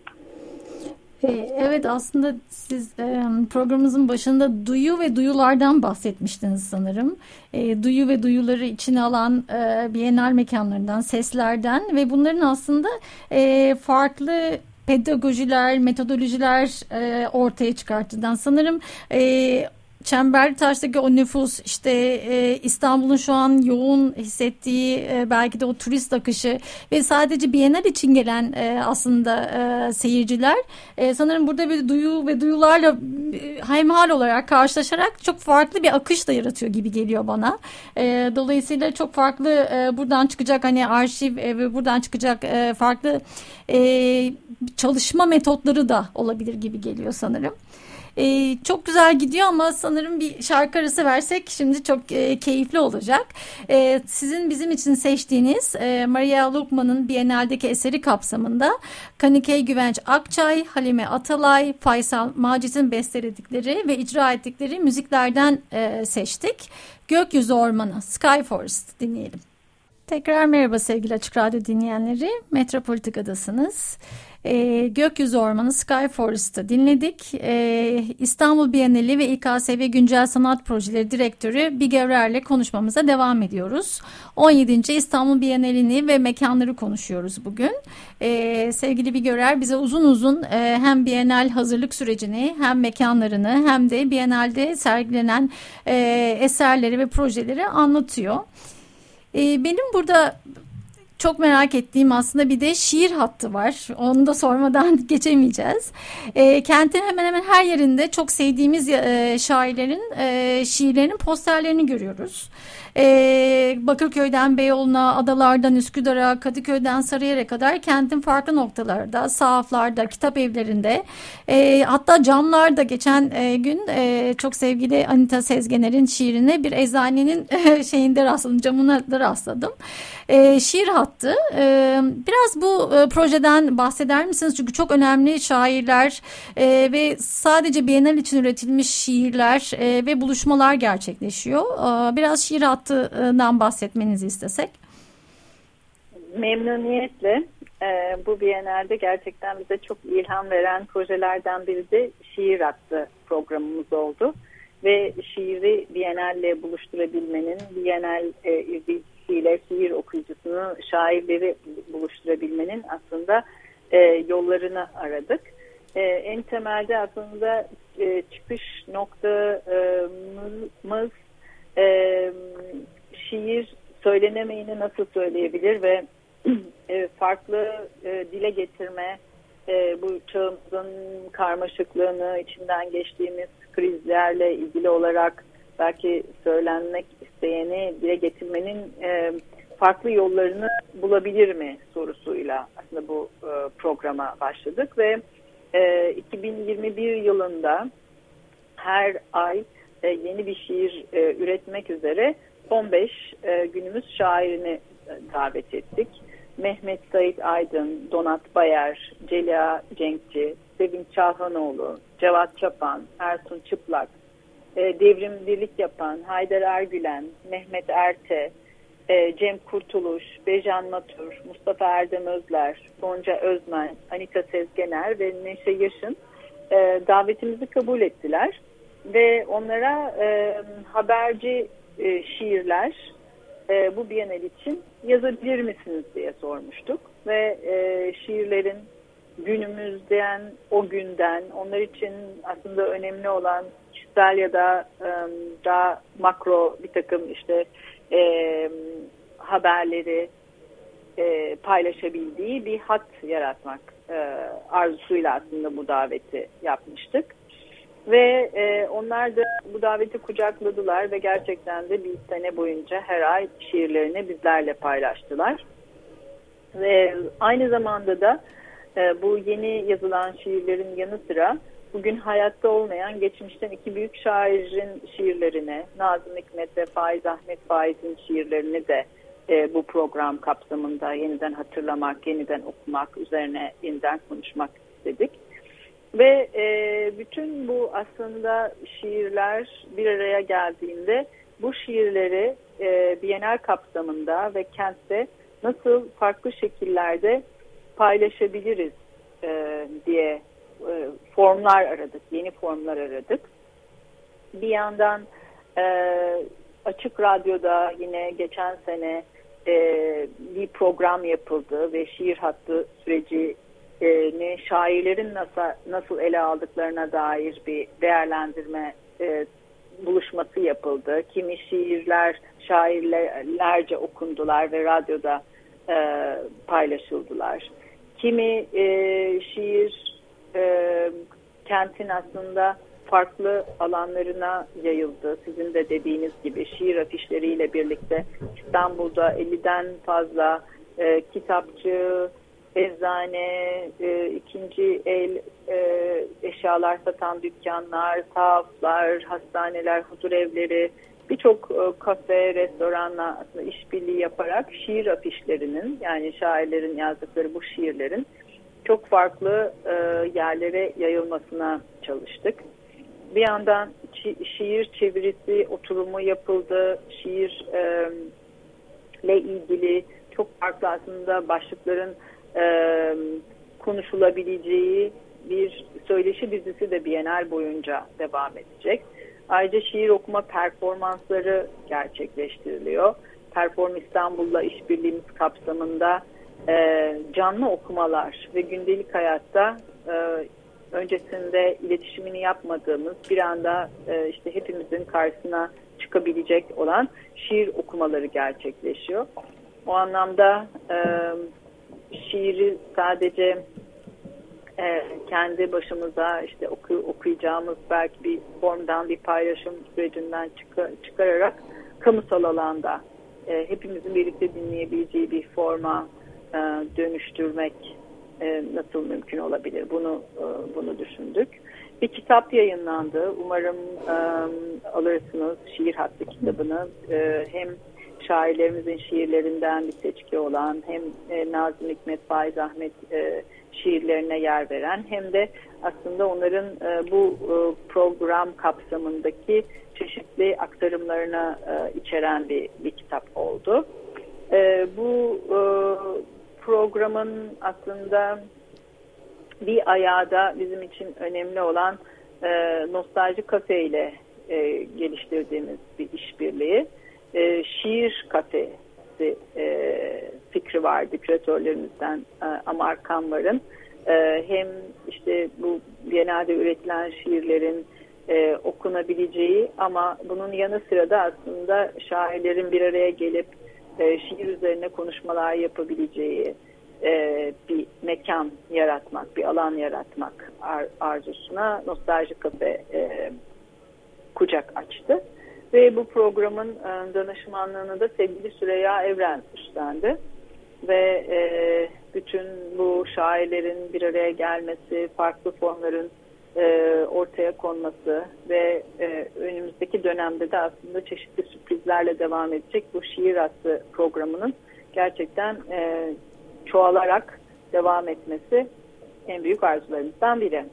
[SPEAKER 6] Evet, aslında siz programımızın başında duyu ve duyulardan bahsetmiştiniz sanırım. Duyu ve duyuları içine alan Bienal mekanlarından, seslerden ve bunların aslında farklı pedagojiler, metodolojiler ortaya çıkarttığından sanırım Çembertaş'taki o nüfus, işte İstanbul'un şu an yoğun hissettiği belki de o turist akışı ve sadece Bienal için gelen aslında seyirciler sanırım burada bir duyu ve duyularla hemhal olarak karşılaşarak çok farklı bir akış da yaratıyor gibi geliyor bana. Dolayısıyla çok farklı buradan çıkacak hani arşiv ve buradan çıkacak farklı çalışma metotları da olabilir gibi geliyor sanırım. Çok güzel gidiyor ama sanırım bir şarkı arası versek şimdi çok keyifli olacak. Sizin bizim için seçtiğiniz Maria Lukman'ın Bienal'deki eseri kapsamında Kanikey Güvenç Akçay, Halime Atalay, Faysal Macit'in besteledikleri ve icra ettikleri müziklerden seçtik. Gökyüzü Ormanı, Sky Forest dinleyelim. Tekrar merhaba sevgili Açık Radyo dinleyenleri. Metropolitika'dasınız. Gökyüzü Ormanı Sky Forest'ı dinledik. İstanbul Bienali ve İKSV Güncel Sanat Projeleri Direktörü Bige Örer'le konuşmamıza devam ediyoruz. 17. İstanbul Bienalini ve mekanları konuşuyoruz bugün. Sevgili Bige Örer bize uzun uzun hem Bienal hazırlık sürecini hem mekanlarını hem de Bienal'de sergilenen eserleri ve projeleri anlatıyor. Benim burada çok merak ettiğim aslında bir de şiir hattı var. Onu da sormadan geçemeyeceğiz. Kentin hemen hemen her yerinde çok sevdiğimiz şairlerin şiirlerinin posterlerini görüyoruz. Bakırköy'den Beyoğlu'na, Adalar'dan Üsküdar'a, Kadıköy'den Sarıyer'e kadar kentin farklı noktalarda, sahaflarda, kitap evlerinde, hatta camlarda geçen gün çok sevgili Anita Sezgener'in şiirine bir eczanenin şeyinde rastladım, camına da rastladım. Şiir hattı. Biraz bu projeden bahseder misiniz? Çünkü çok önemli şairler ve sadece Bienal için üretilmiş şiirler ve buluşmalar gerçekleşiyor. Biraz şiir hattından bahsetmenizi istesek.
[SPEAKER 7] Memnuniyetle. Bu Bienal'de gerçekten bize çok ilham veren projelerden biri de şiir hattı programımız oldu. Ve şiiri Bienal'le buluşturabilmenin, Bienal izleyicisiyle şiir okuyucusunu, şairleri buluşturabilmenin aslında yollarını aradık. En temelde aslında çıkış noktamız şiir söylenemeyeni nasıl söyleyebilir ve farklı dile getirme, bu çağımızın karmaşıklığını, içinden geçtiğimiz krizlerle ilgili olarak belki söylenmek isteyeni dile getirmenin farklı yollarını bulabilir mi sorusuyla aslında bu programa başladık ve 2021 yılında her ay yeni bir şiir üretmek üzere 15 günümüz şairini davet ettik. Mehmet Sait Aydın, Donat Bayer, Celia Cenkçi, Sevinç Çalhanoğlu, Cevat Çapan, Ersun Çıplak, devrimcilik yapan Haydar Ergülen, Mehmet Erte, Cem Kurtuluş, Bejan Matur, Mustafa Erdem Özler, Gonca Özmen, Anita Sezgener ve Neşe Yaşın davetimizi kabul ettiler. Ve onlara haberci şiirler bu Bienal için yazabilir misiniz diye sormuştuk. Ve şiirlerin günümüzden, o günden, onlar için aslında önemli olan kişisel ya da daha makro bir takım işte haberleri paylaşabildiği bir hat yaratmak arzusuyla aslında bu daveti yapmıştık. Ve onlar da bu daveti kucakladılar ve gerçekten de bir sene boyunca her ay şiirlerini bizlerle paylaştılar. Ve aynı zamanda da bu yeni yazılan şiirlerin yanı sıra bugün hayatta olmayan geçmişten iki büyük şairin şiirlerine, Nazım Hikmet ve Faiz Ahmet Faiz'in şiirlerini de bu program kapsamında yeniden hatırlamak, yeniden okumak, üzerine yeniden konuşmak istedik. Ve bütün bu aslında şiirler bir araya geldiğinde bu şiirleri Bienal kapsamında ve kentte nasıl farklı şekillerde paylaşabiliriz diye formlar aradık, yeni formlar aradık. Bir yandan Açık Radyo'da yine geçen sene bir program yapıldı ve şiir hattı sürecini şairlerin nasıl ele aldıklarına dair bir değerlendirme buluşması yapıldı. Kimi şiirler şairlerce okundular ve radyoda paylaşıldılar. Kimi şiir kentin aslında farklı alanlarına yayıldı. Sizin de dediğiniz gibi şiir afişleriyle birlikte İstanbul'da 50'den fazla kitapçı, eczane, ikinci el eşyalar satan dükkanlar, sahaflar, hastaneler, huzurevleri, birçok kafe, restoranla aslında işbirliği yaparak şiir afişlerinin, yani şairlerin yazdıkları bu şiirlerin çok farklı yerlere yayılmasına çalıştık. Bir yandan şiir çevirisi oturumu yapıldı. Şiirle ilgili çok farklı aslında başlıkların konuşulabileceği bir söyleşi dizisi de Bienal boyunca devam edecek. Ayrıca şiir okuma performansları gerçekleştiriliyor. Perform İstanbul'la işbirliğimiz kapsamında canlı okumalar ve gündelik hayatta öncesinde iletişimini yapmadığımız bir anda işte hepimizin karşısına çıkabilecek olan şiir okumaları gerçekleşiyor. O anlamda şiiri sadece kendi başımıza işte okuyacağımız belki bir formdan, bir paylaşım sürecinden çıkararak kamusal alanda hepimizin birlikte dinleyebileceği bir forma dönüştürmek nasıl mümkün olabilir? Bunu düşündük. Bir kitap yayınlandı. Umarım alırsınız şiir hattı kitabını. Hem şairlerimizin şiirlerinden bir seçki olan, hem Nazım Hikmet, Faiz Ahmet şiirlerine yer veren, hem de aslında onların bu program kapsamındaki çeşitli aktarımlarını içeren bir kitap oldu. Bu programın aslında bir ayağı da bizim için önemli olan Nostalji Kafe ile geliştirdiğimiz bir işbirliği. Şiir kafesi fikri vardı küratörlerimizden Amar Kanvar'ın. Hem işte bu Biennale'de üretilen şiirlerin okunabileceği ama bunun yanı sıra da aslında şairlerin bir araya gelip şiir üzerine konuşmalar yapabileceği bir mekan yaratmak, bir alan yaratmak arzusuna Nostalji Kafe kucak açtı. Ve bu programın danışmanlığını da sevgili Süreyya Evren üstlendi. Ve bütün bu şairlerin bir araya gelmesi, farklı formların ortaya konması ve önümüzdeki dönemde de aslında çeşitli sürprizlerle devam edecek bu şiir hattı programının gerçekten çoğalarak devam etmesi en büyük arzularımızdan biri.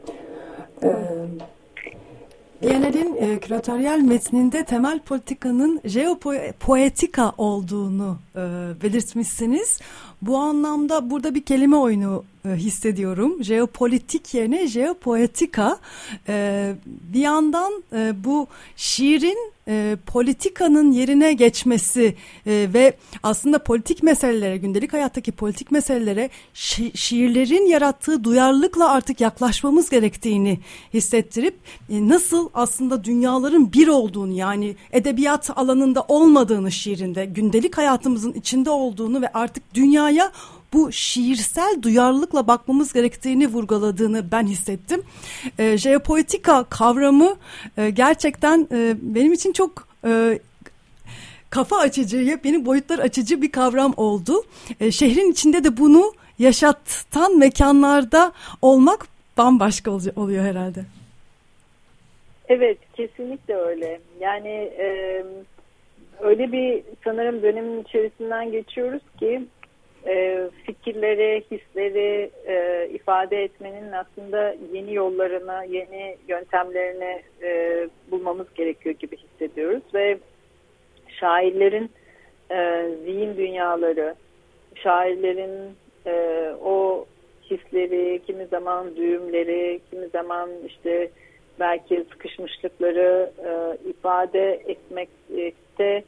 [SPEAKER 5] Bienal'in küratöryel metninde temel politikanın jeopoetika olduğunu belirtmişsiniz. Bu anlamda burada bir kelime oyunu hissediyorum. Jeopolitik yerine jeopoetika. Bir yandan bu şiirin politikanın yerine geçmesi ve aslında politik meselelere, gündelik hayattaki politik meselelere şiirlerin yarattığı duyarlılıkla artık yaklaşmamız gerektiğini hissettirip nasıl aslında dünyaların bir olduğunu, yani edebiyat alanında olmadığını şiirinde, gündelik hayatımızın hayatımızın içinde olduğunu ve artık dünyaya bu şiirsel duyarlılıkla bakmamız gerektiğini vurguladığını ben hissettim. Jeopolitika kavramı gerçekten benim için çok kafa açıcı, yepyeni boyutlar açıcı bir kavram oldu. Şehrin içinde de bunu yaşatan mekanlarda olmak bambaşka oluyor herhalde. Evet, kesinlikle öyle. Yani öyle bir sanırım dönemin içerisinden geçiyoruz ki fikirleri, hisleri ifade etmenin aslında yeni yollarını, yeni yöntemlerini bulmamız gerekiyor gibi hissediyoruz ve şairlerin zihin dünyaları, şairlerin o hisleri, kimi zaman düğümleri, kimi zaman işte belki sıkışmışlıkları ifade etmekte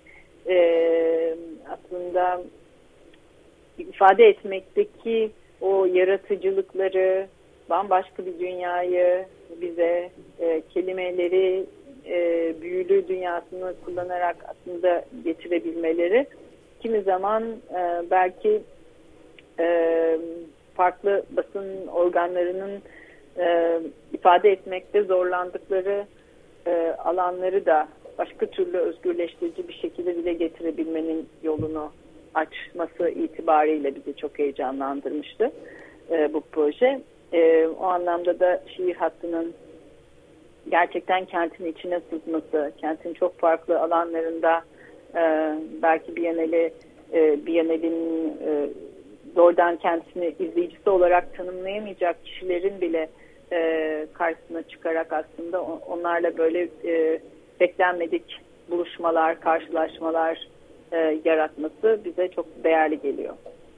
[SPEAKER 5] aslında ifade etmekteki o yaratıcılıkları, bambaşka bir dünyayı bize kelimeleri büyülü dünyasını kullanarak aslında getirebilmeleri, kimi zaman belki farklı basın organlarının ifade etmekte zorlandıkları alanları da başka türlü özgürleştirici bir şekilde dile getirebilmenin yolunu açması itibariyle bizi çok heyecanlandırmıştı bu proje. O anlamda da şiir hattının gerçekten kentin içine sızması, kentin çok farklı alanlarında belki Biennale'in doğrudan kendisini izleyicisi olarak tanımlayamayacak kişilerin bile karşısına çıkarak aslında onlarla böyle beklenmedik buluşmalar, karşılaşmalar yaratması bize çok değerli geliyor.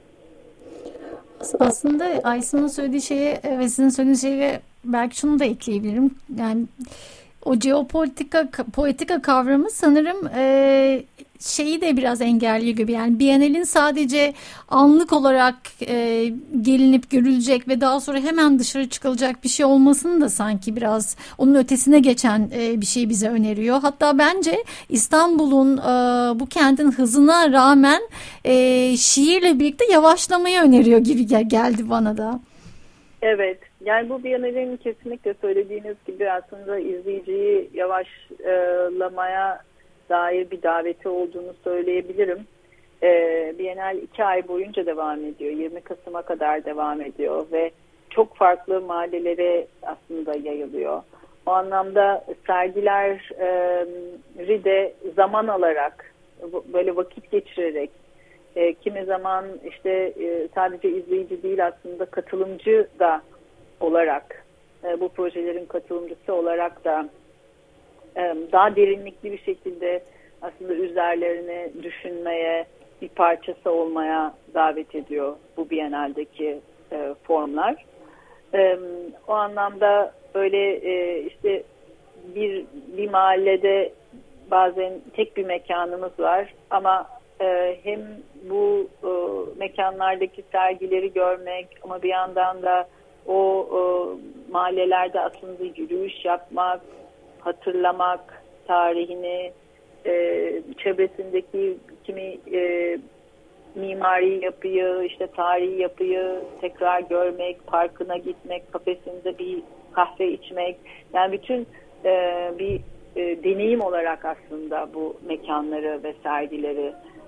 [SPEAKER 6] Aslında Aysim'in söylediği şeye ve sizin söylediğiniz şeye belki şunu da ekleyebilirim. Yani o poetika kavramı sanırım şeyi de biraz engelliyor gibi. Yani Biennale'in sadece anlık olarak gelinip görülecek ve daha sonra hemen dışarı çıkılacak bir şey olmasını da sanki biraz onun ötesine geçen bir şey bize öneriyor. Hatta bence İstanbul'un bu kentin hızına rağmen şiirle birlikte yavaşlamayı öneriyor gibi geldi bana da.
[SPEAKER 7] Evet. Yani bu Biennale'nin kesinlikle söylediğiniz gibi aslında izleyiciyi yavaşlamaya dair bir daveti olduğunu söyleyebilirim. Biennale 2 ay boyunca devam ediyor. 20 Kasım'a kadar devam ediyor ve çok farklı mahallelere aslında yayılıyor. O anlamda sergileri de zaman alarak, böyle vakit geçirerek, kimi zaman işte sadece izleyici değil aslında katılımcı da olarak, bu projelerin katılımcısı olarak da daha derinlikli bir şekilde aslında üzerlerine düşünmeye, bir parçası olmaya davet ediyor bu Biennale'deki formlar. O anlamda böyle işte bir mahallede bazen tek bir mekanımız var ama hem bu mekanlardaki sergileri görmek ama bir yandan da o mahallelerde aslında yürüyüş yapmak, hatırlamak, tarihini, çevresindeki kimi mimari yapıyı, işte tarihi yapıyı tekrar görmek, parkına gitmek, kafesinde bir kahve içmek, yani bütün bir deneyim olarak aslında bu mekanları ve sergileri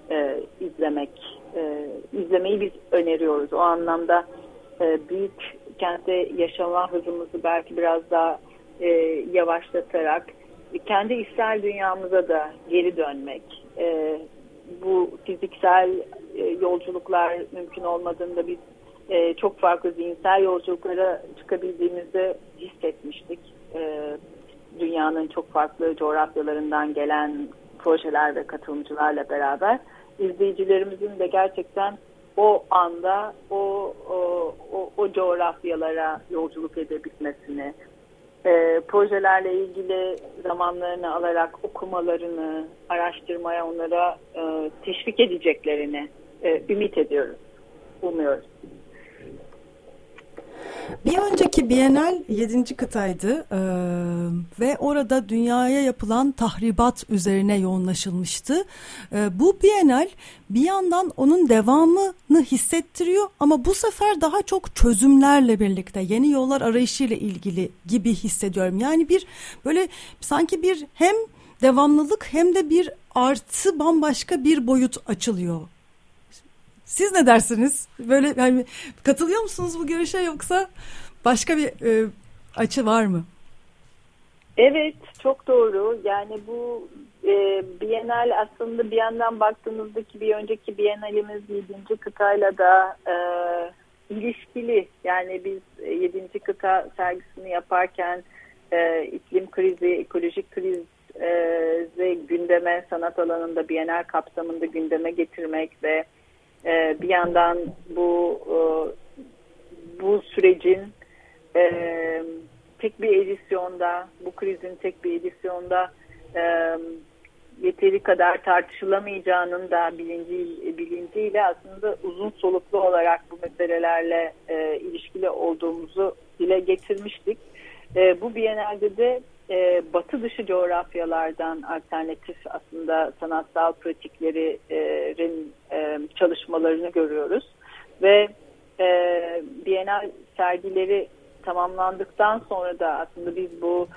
[SPEAKER 7] izlemeyi biz öneriyoruz. O anlamda büyük kentte yaşama hızımızı belki biraz daha yavaşlatarak kendi içsel dünyamıza da geri dönmek, bu fiziksel yolculuklar mümkün olmadığında biz çok farklı zihinsel yolculuklara çıkabildiğimizi hissetmiştik. Dünyanın çok farklı coğrafyalarından gelen projeler ve katılımcılarla beraber izleyicilerimizin de gerçekten o anda o coğrafyalara yolculuk edebilmesini, projelerle ilgili zamanlarını alarak okumalarını, araştırmaya onlara teşvik edeceklerini ümit ediyoruz, umuyoruz.
[SPEAKER 5] Bir önceki Bienal 7. kıtaydı ve orada dünyaya yapılan tahribat üzerine yoğunlaşılmıştı. Bu Bienal bir yandan onun devamını hissettiriyor ama bu sefer daha çok çözümlerle birlikte yeni yollar arayışıyla ilgili gibi hissediyorum. Yani bir böyle sanki bir hem devamlılık hem de bir artı bambaşka bir boyut açılıyor. Siz ne dersiniz? Böyle yani katılıyor musunuz bu görüşe yoksa başka bir açı var mı?
[SPEAKER 7] Evet, çok doğru. Yani bu Bienal aslında bir yandan baktığımızdaki bir önceki Bienalimiz 7. kıtayla da ilişkili. Yani biz 7. kıta sergisini yaparken iklim krizi, ekolojik kriz ve gündeme, sanat alanında Bienal kapsamında gündeme getirmek ve bir yandan bu sürecin tek bir edisyonda, bu krizin tek bir edisyonda yeteri kadar tartışılamayacağının da bilinciyle aslında uzun soluklu olarak bu meselelerle ilişkili olduğumuzu dile getirmiştik. Bu Bienalde de batı dışı coğrafyalardan alternatif aslında sanatsal pratiklerin çalışmalarını görüyoruz ve Bienal sergileri tamamlandıktan sonra da aslında biz bu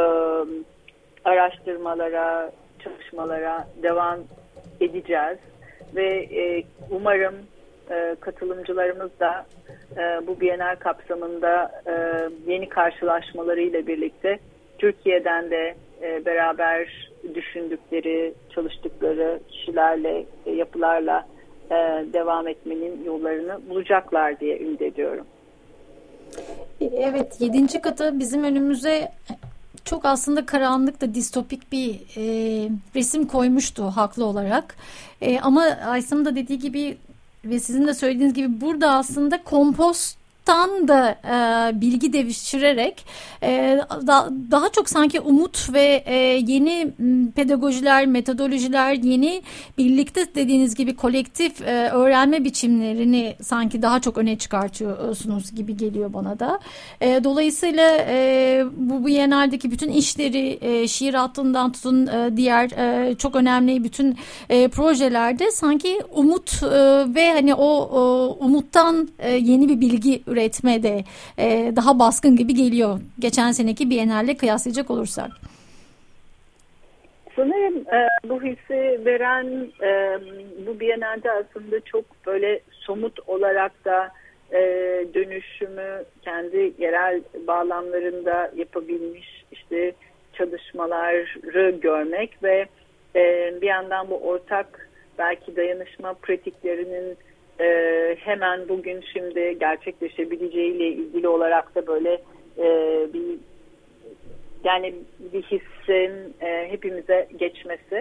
[SPEAKER 7] araştırmalara, çalışmalara devam edeceğiz ve umarım katılımcılarımız da bu Bienal kapsamında yeni karşılaşmalarıyla birlikte Türkiye'den de beraber düşündükleri, çalıştıkları kişilerle, yapılarla devam etmenin yollarını bulacaklar diye ümit ediyorum.
[SPEAKER 6] Evet, 7. kata bizim önümüze çok aslında karanlık da distopik bir resim koymuştu haklı olarak. Ama Aysim'in da dediği gibi ve sizin de söylediğiniz gibi burada aslında komposttan da bilgi devşirerek daha çok sanki umut ve yeni pedagojiler, metodolojiler, yeni birlikte dediğiniz gibi kolektif öğrenme biçimlerini sanki daha çok öne çıkartıyorsunuz gibi geliyor bana da. Dolayısıyla bu Bienal'deki bütün işleri şiir hattından tutun diğer çok önemli bütün projelerde sanki umut ve hani o umuttan yeni bir bilgi üretme de daha baskın gibi geliyor. Geçen seneki Bienal'le kıyaslayacak olursak.
[SPEAKER 7] Sanırım bu hissi veren bu Bienal'de aslında çok böyle somut olarak da dönüşümü kendi yerel bağlamlarında yapabilmiş işte çalışmaları görmek ve bir yandan bu ortak belki dayanışma pratiklerinin hemen bugün şimdi gerçekleşebileceğiyle ilgili olarak da böyle bir hissin hepimize geçmesi.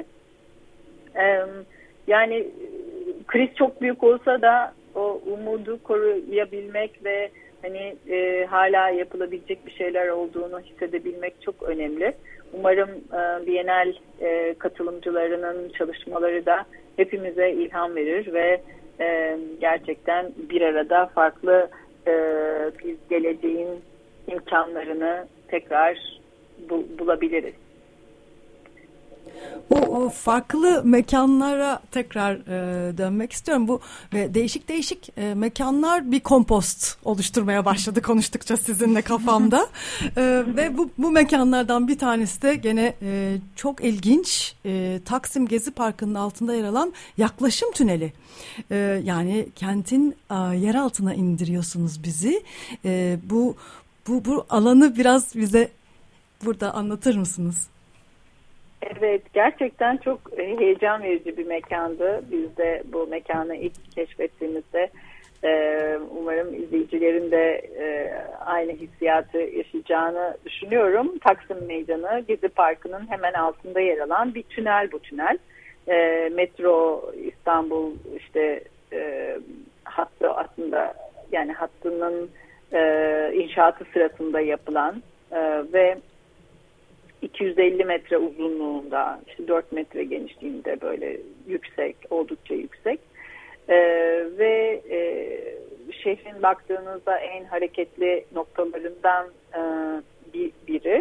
[SPEAKER 7] Yani kriz çok büyük olsa da o umudu koruyabilmek ve hani hala yapılabilecek bir şeyler olduğunu hissedebilmek çok önemli. Umarım Bienal katılımcılarının çalışmaları da hepimize ilham verir ve gerçekten bir arada farklı bir geleceğin imkanlarını tekrar bulabiliriz.
[SPEAKER 5] Bu farklı mekanlara tekrar dönmek istiyorum. Bu ve değişik mekanlar bir kompost oluşturmaya başladı konuştukça sizinle kafamda. Ve bu mekanlardan bir tanesi de gene çok ilginç Taksim Gezi Parkı'nın altında yer alan Yaklaşım Tüneli. Yani kentin yer altına indiriyorsunuz bizi. Bu alanı biraz bize burada anlatır mısınız?
[SPEAKER 7] Evet, gerçekten çok heyecan verici bir mekandı. Biz de bu mekanı ilk keşfettiğimizde umarım izleyicilerin de aynı hissiyatı yaşayacağını düşünüyorum. Taksim Meydanı, Gezi Parkı'nın hemen altında yer alan bir tünel bu tünel. Metro İstanbul işte hattı aslında yani hattının inşaatı sırasında yapılan ve 250 metre uzunluğunda, işte 4 metre genişliğinde böyle yüksek, oldukça yüksek ve şehrin baktığınızda en hareketli noktalarından biri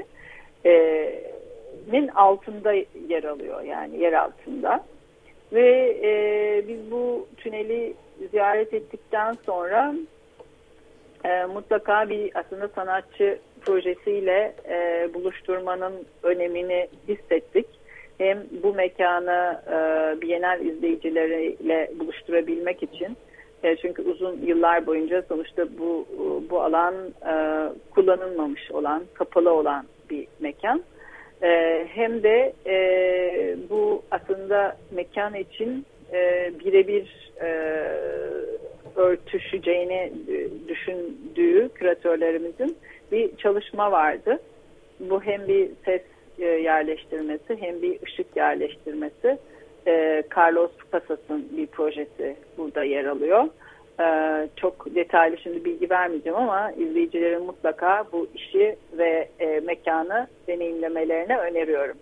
[SPEAKER 7] nin altında yer alıyor, yani yer altında. Ve biz bu tüneli ziyaret ettikten sonra mutlaka bir aslında sanatçı projesiyle buluşturmanın önemini hissettik. Hem bu mekanı Bienal izleyicileriyle buluşturabilmek için, çünkü uzun yıllar boyunca sonuçta bu alan kullanılmamış olan, kapalı olan bir mekan. Hem de bu aslında mekan için birebir örtüşeceğini düşündüğü küratörlerimizin bir çalışma vardı. Bu hem bir ses yerleştirmesi hem bir ışık yerleştirmesi. Carlos Casas'ın bir projesi burada yer alıyor. Çok detaylı şimdi bilgi vermeyeceğim ama izleyicilerin mutlaka bu işi ve mekanı deneyimlemelerini öneriyorum.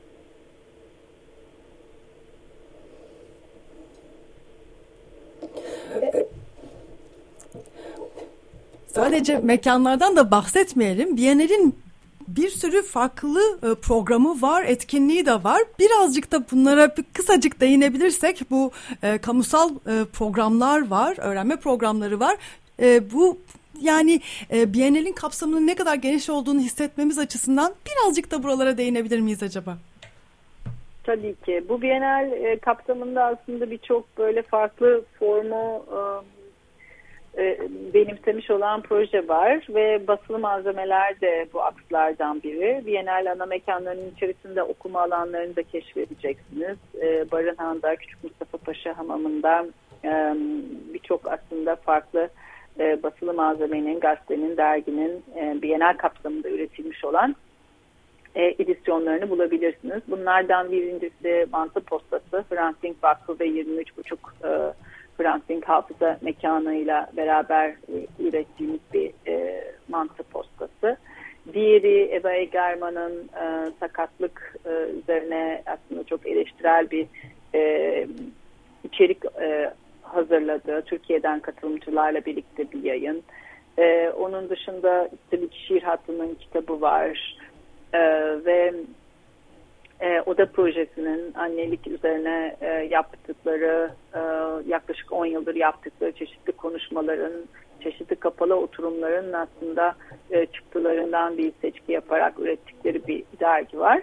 [SPEAKER 5] Sadece mekanlardan da bahsetmeyelim. Bienal'in bir sürü farklı programı var, etkinliği de var. Birazcık da bunlara kısacık değinebilirsek, bu kamusal programlar var, öğrenme programları var. Bu yani Bienal'in kapsamının ne kadar geniş olduğunu hissetmemiz açısından birazcık da buralara değinebilir miyiz acaba?
[SPEAKER 7] Tabii ki. Bu Bienal kapsamında aslında birçok böyle farklı formu benimsemiş olan proje var ve basılı malzemeler de bu akslardan biri. Bienal ana mekanlarının içerisinde okuma alanlarını da keşfedeceksiniz. Barınhan'da, Küçük Mustafa Paşa Hamamı'nda birçok aslında farklı basılı malzemenin, gazetenin, derginin Bienal kapsamında üretilmiş olan edisyonlarını bulabilirsiniz. Bunlardan birincisi Mantı Postası, Hrant Dink Vakfı ve 23,5 Hrant Dink Hafıza Mekanı'yla beraber ürettiğimiz bir mantı postası. Diğeri Eva Egerman'ın sakatlık üzerine aslında çok eleştirel bir içerik hazırladığı, Türkiye'den katılımcılarla birlikte bir yayın. Onun dışında tabii ki Şiir Hattı'nın kitabı var ve Oda projesinin annelik üzerine yaptıkları, yaklaşık 10 yıldır yaptıkları çeşitli konuşmaların, çeşitli kapalı oturumların aslında çıktılarından bir seçki yaparak ürettikleri bir dergi var.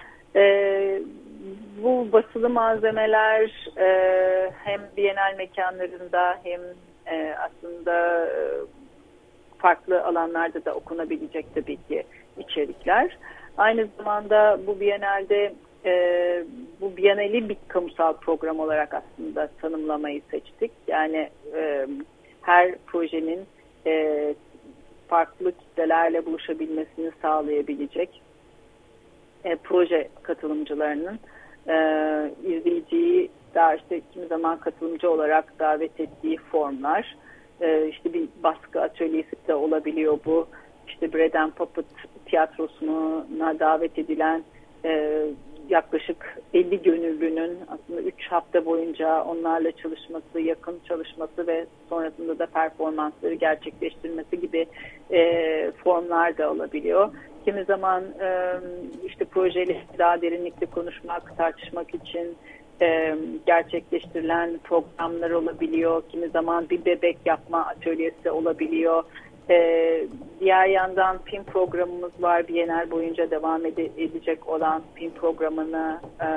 [SPEAKER 7] Bu basılı malzemeler hem Bienal mekanlarında hem aslında farklı alanlarda da okunabilecek tabii ki içerikler. Aynı zamanda bu Bienal'de bu Bienal'i bir kamusal program olarak aslında tanımlamayı seçtik. Yani her projenin farklı kitlelerle buluşabilmesini sağlayabilecek proje katılımcılarının izleyiciyi daha işte kimi zaman katılımcı olarak davet ettiği formlar, işte bir baskı atölyesi de olabiliyor bu. İşte Bread and Puppet tiyatrosuna davet edilen yaklaşık 50 gönüllünün aslında 3 hafta boyunca onlarla çalışması, yakın çalışması ve sonrasında da performansları gerçekleştirmesi gibi formlar da olabiliyor. Kimi zaman işte projeyle daha derinlikli konuşmak, tartışmak için gerçekleştirilen programlar olabiliyor. Kimi zaman bir bebek yapma atölyesi olabiliyor. Diğer yandan film programımız var. Bienal boyunca devam edecek olan film programını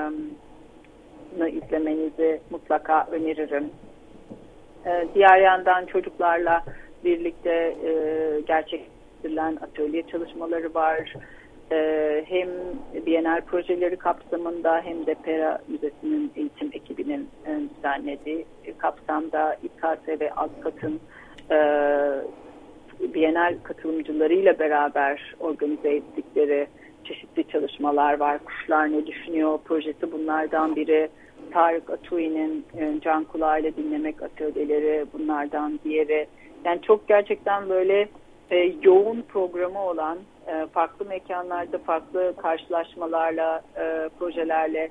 [SPEAKER 7] izlemenizi mutlaka öneririm. Diğer yandan çocuklarla birlikte gerçekleştirilen atölye çalışmaları var. Hem Bienal projeleri kapsamında hem de Pera Müzesi'nin eğitim ekibinin düzenlediği kapsamda İKS ve ALKAT'ın Bienal katılımcılarıyla beraber organize ettikleri çeşitli çalışmalar var. Kuşlar Ne Düşünüyor projesi bunlardan biri. Tarık Atui'nin Can Kulağıyla Dinlemek atölyeleri bunlardan diğeri. Yani çok gerçekten böyle yoğun programı olan, farklı mekanlarda farklı karşılaşmalarla, projelerle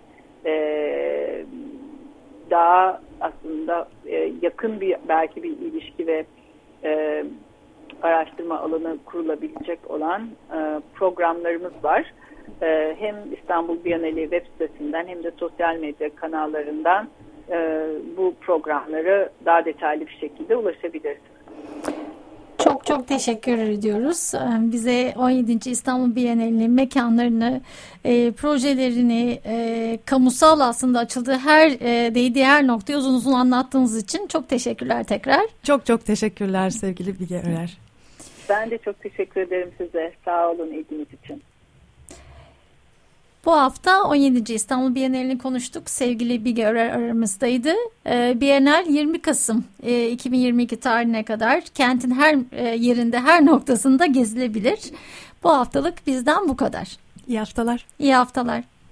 [SPEAKER 7] daha aslında yakın bir belki bir ilişki ve araştırma alanı kurulabilecek olan programlarımız var. Hem İstanbul Bienali web sitesinden hem de sosyal medya kanallarından bu programlara daha detaylı bir şekilde ulaşabilirsiniz.
[SPEAKER 6] Çok çok teşekkür ediyoruz. Bize 17. İstanbul Bienali'nin mekanlarını, projelerini, kamusal aslında açıldığı değdiği her noktayı uzun uzun anlattığınız için çok teşekkürler tekrar.
[SPEAKER 5] Çok çok teşekkürler sevgili Bige Örer.
[SPEAKER 7] Ben de çok teşekkür ederim size. Sağ olun ilginiz için.
[SPEAKER 6] Bu hafta 17. İstanbul Bienalini konuştuk. Sevgili Bige Örer aramızdaydı. Bienal 20 Kasım 2022 tarihine kadar kentin her yerinde, her noktasında gezilebilir. Bu haftalık bizden bu kadar.
[SPEAKER 5] İyi haftalar.
[SPEAKER 6] İyi haftalar.